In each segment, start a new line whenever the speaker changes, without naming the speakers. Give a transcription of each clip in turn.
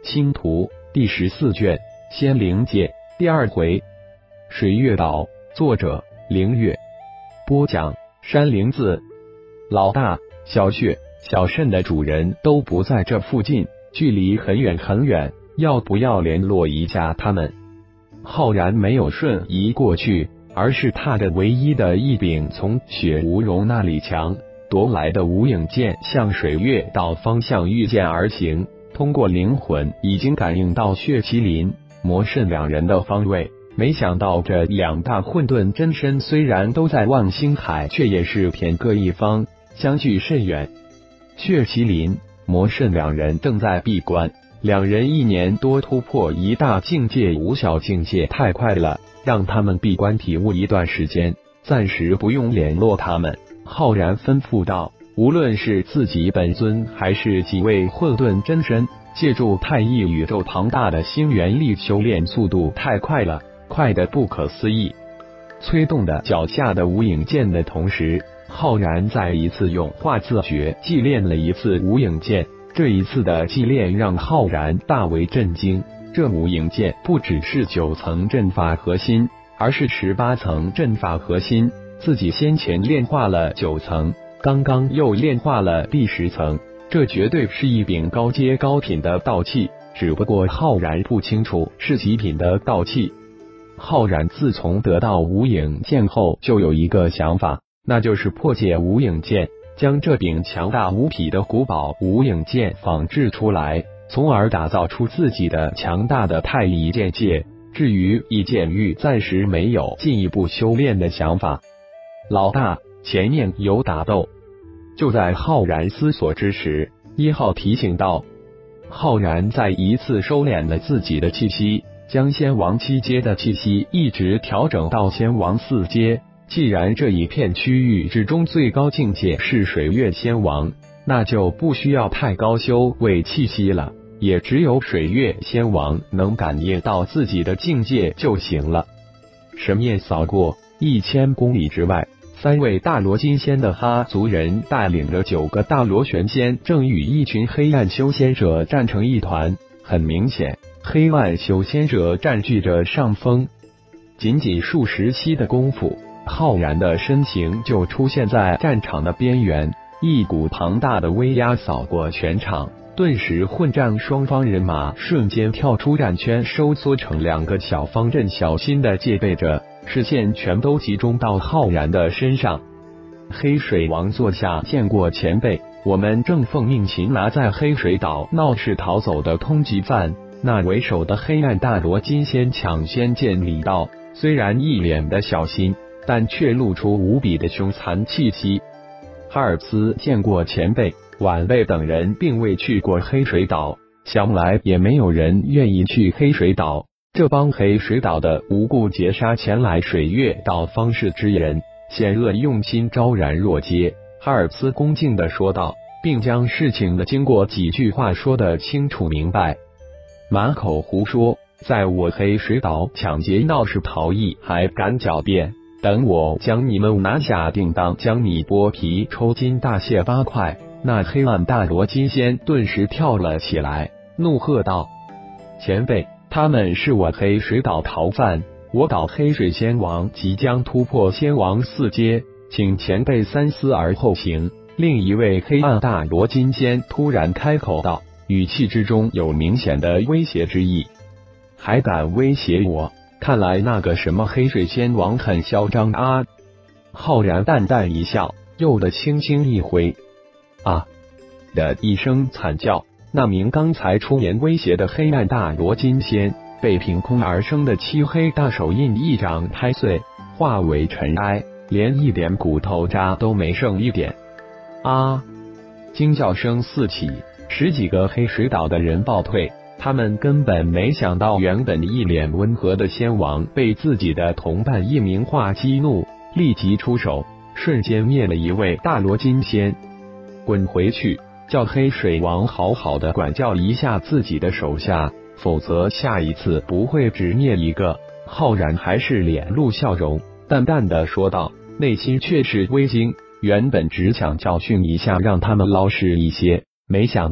星图第14卷，仙灵界第2回。水月岛，作者凌月，播讲山灵子。老大、小雪、小慎的主人都不在这附近，距离很远很远，要不要联络一下他们？浩然没有瞬移过去，而是踏着唯一的一柄从雪无容那里抢夺来的无影剑，向水月岛方向御剑而行。通过灵魂已经感应到血麒麟、魔慎两人的方位，没想到这两大混沌真身虽然都在望星海，却也是偏各一方，相距甚远。血麒麟、魔慎两人正在闭关，两人1年多突破一大境界无小境界太快了，让他们闭关体悟一段时间，暂时不用联络他们。浩然吩咐道，无论是自己本尊还是几位混沌真身，借助太一宇宙庞大的星元力修炼速度太快了，快得不可思议。催动的脚下的无影剑的同时，浩然再一次用化字诀祭炼了一次无影剑。这一次的祭炼让浩然大为震惊，这无影剑不只是9层阵法核心，而是18层阵法核心。自己先前炼化了9层，刚刚又炼化了第10层，这绝对是一柄高阶高品的道器，只不过浩然不清楚是几品的道器。浩然自从得到无影剑后，就有一个想法，那就是破解无影剑，将这柄强大无匹的古堡无影剑仿制出来，从而打造出自己的强大的太一剑界。至于一剑域，暂时没有进一步修炼的想法。老大，前面有打斗。就在浩然思索之时，1号提醒道。浩然再一次收敛了自己的气息，将仙王7阶的气息一直调整到仙王4阶。既然这一片区域之中最高境界是水月仙王，那就不需要太高修为气息了，也只有水月仙王能感应到自己的境界就行了。神念扫过，1000公里之外，3位大罗金仙的哈族人带领着9个大罗玄仙，正与一群黑暗修仙者战成一团。很明显，黑暗修仙者占据着上风。仅仅数十息的功夫，浩然的身形就出现在战场的边缘，一股庞大的威压扫过全场，顿时混战双方人马瞬间跳出战圈，收缩成2个小方阵，小心的戒备着，视线全都集中到浩然的身上。黑水王座下见过前辈，我们正奉命擒拿在黑水岛闹事逃走的通缉犯。那为首的黑暗大罗金仙抢先见礼道，虽然一脸的小心，但却露出无比的凶残气息。哈尔兹见过前辈，晚辈等人并未去过黑水岛，想来也没有人愿意去黑水岛。这帮黑水岛的无故劫杀前来水月岛方士之人，险恶用心昭然若揭。哈尔兹恭敬地说道，并将事情的经过几句话说得清楚明白。满口胡说，在我黑水岛抢劫闹事逃逸还敢狡辩，等我将你们拿下，定当将你剥皮抽筋，大卸8块。那黑暗大罗金仙顿时跳了起来，怒喝道，前辈，他们是我黑水岛逃犯，我岛黑水仙王即将突破仙王4阶，请前辈三思而后行。另一位黑暗大罗金仙突然开口道，语气之中有明显的威胁之意。还敢威胁我？看来那个什么黑水仙王很嚣张啊！浩然淡淡一笑，右的轻轻一挥，啊的一声惨叫，那名刚才出言威胁的黑暗大罗金仙被凭空而生的漆黑大手印一掌拍碎，化为尘埃，连一点骨头渣都没剩一点。啊！惊叫声四起，10几个黑水岛的人暴退。他们根本没想到，原本一脸温和的仙王被自己的同伴一名化激怒，立即出手，瞬间灭了一位大罗金仙。滚回去，叫黑水王好好的管教一下自己的手下，否则下一次不会只灭一个。浩然还是脸露笑容，淡淡的说道，内心却是微惊。原本只想教训一下，让他们老实一些，没想到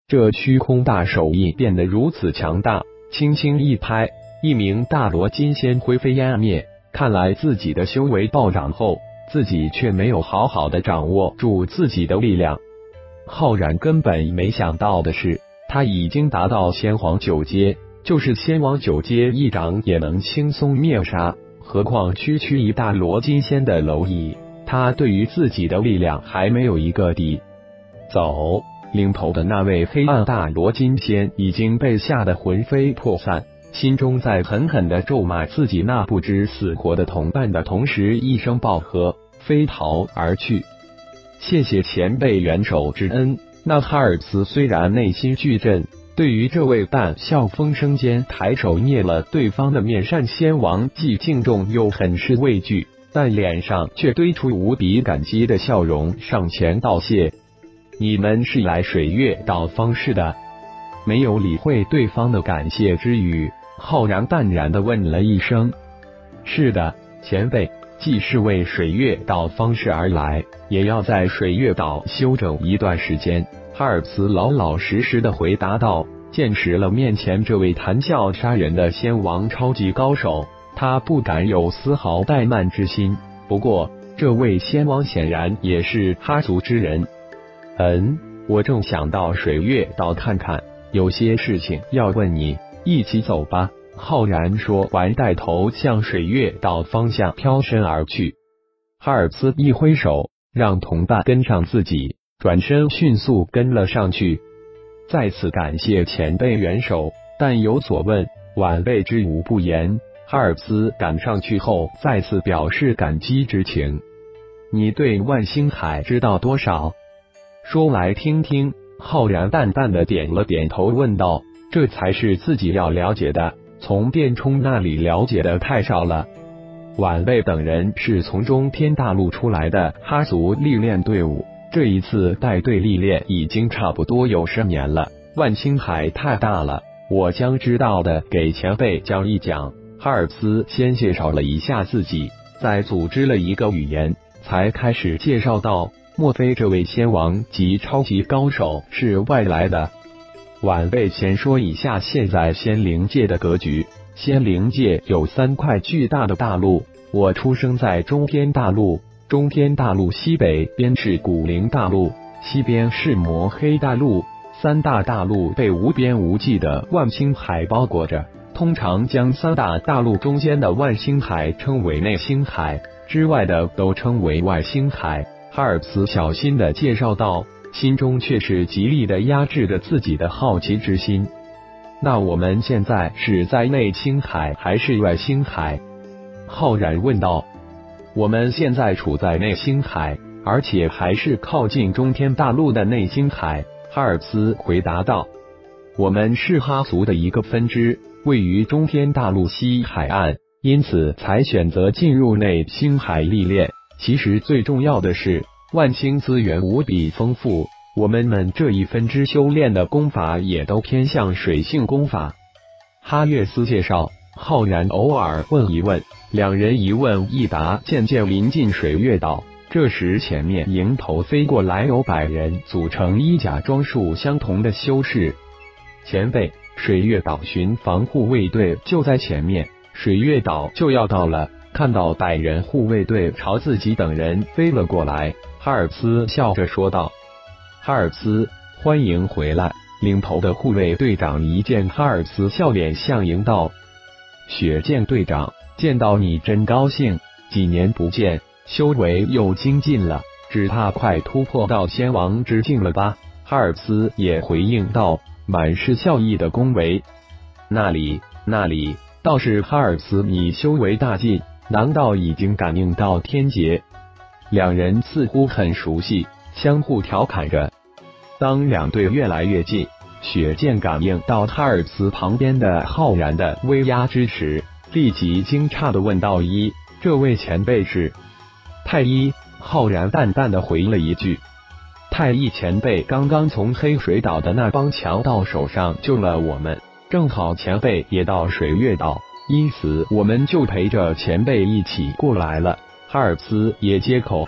这虚空大手印变得如此强大，轻轻一拍，一名大罗金仙灰飞烟灭。看来自己的修为暴涨后，自己却没有好好的掌握住自己的力量。浩然根本没想到的是，他已经达到仙皇9阶，就是仙王9阶一掌也能轻松灭杀，何况区区一大罗金仙的蝼蚁，他对于自己的力量还没有一个底。走！领头的那位黑暗大罗金仙已经被吓得魂飞魄散，心中在狠狠地咒骂自己那不知死活的同伴的同时，一声暴喝，飞逃而去。谢谢前辈援手之恩。那哈尔茨虽然内心巨震，对于这位淡笑风生间抬手灭了对方的面善仙王，既敬重又很是畏惧，但脸上却堆出无比感激的笑容，上前道谢。你们是来水月岛方士的？没有理会对方的感谢之语，浩然淡然地问了一声。是的，前辈，既是为水月岛方士而来，也要在水月岛休整一段时间。哈尔茨老老实实地回答道，见识了面前这位谈笑杀人的仙王超级高手，他不敢有丝毫怠慢之心。不过，这位仙王显然也是哈族之人。我正想到水月岛看看，有些事情要问你，一起走吧。浩然说完，带头向水月岛方向飘身而去。哈尔兹一挥手，让同伴跟上自己，转身迅速跟了上去。再次感谢前辈援手，但有所问，晚辈知无不言。哈尔兹赶上去后，再次表示感激之情。你对万星海知道多少？说来听听。浩然淡淡的点了点头，问道：这才是自己要了解的，从卞冲那里了解的太少了。晚辈等人是从中天大陆出来的哈族历练队伍，这一次带队历练已经差不多有10年了。万星海太大了，我将知道的给前辈讲一讲。哈尔兹先介绍了一下自己，再组织了一个语言，才开始介绍道：莫非这位仙王及超级高手是外来的？晚辈先说一下现在仙灵界的格局。仙灵界有3块巨大的大陆，我出生在中天大陆，中天大陆西北边是古灵大陆，西边是摩黑大陆，3大大陆被无边无际的万星海包裹着。通常将3大大陆中间的万星海称为内星海，之外的都称为外星海。哈尔茨小心地介绍道，心中却是极力地压制着自己的好奇之心。那我们现在是在内星海还是外星海？浩然问道。我们现在处在内星海，而且还是靠近中天大陆的内星海。哈尔茨回答道。我们是哈族的一个分支，位于中天大陆西海岸，因此才选择进入内星海历练。其实最重要的是，万星资源无比丰富，我们这一分支修炼的功法也都偏向水性功法。哈月斯介绍，浩然偶尔问一问，两人一问一答，渐渐临近水月岛。这时前面迎头飞过来有100人，组成衣甲装束相同的修士。前辈，水月岛巡防护卫队就在前面，水月岛就要到了。看到100人护卫队朝自己等人飞了过来，哈尔兹笑着说道。哈尔兹，欢迎回来。领头的护卫队长一见哈尔兹，笑脸相迎道：雪见队长，见到你真高兴，几年不见，修为又精进了，只怕快突破到仙王之境了吧？哈尔兹也回应道，满是笑意的恭维。那里，倒是哈尔兹你修为大进，难道已经感应到天劫？两人似乎很熟悉，相互调侃着。当两队越来越近，雪见感应到哈尔兹旁边的浩然的威压之时，立即惊诧地问道：这位前辈是？太一。浩然淡淡地回了一句。太一前辈刚刚从黑水岛的那帮强盗手上救了我们，正好前辈也到水月岛，因此我们就陪着前辈一起过来了。哈尔兹也接口道。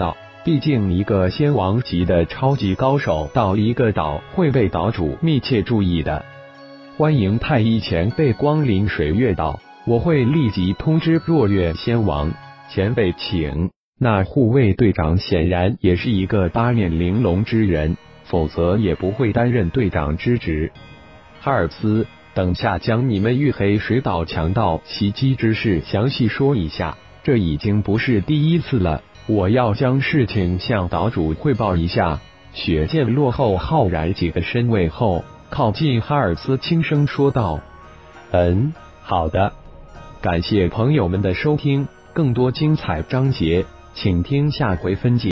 毕竟一个仙王级的超级高手到一个岛会被岛主密切注意的。欢迎太一前辈光临水月岛，我会立即通知若月仙王。前辈请。那护卫队长显然也是一个八面玲珑之人，否则也不会担任队长之职。哈尔斯，等下将你们玉黑水岛强盗袭击之事详细说一下，这已经不是第一次了，我要将事情向岛主汇报一下。雪见落后浩然几个身位后，靠近哈尔斯轻声说道：好的。感谢朋友们的收听，更多精彩章节请听下回分解。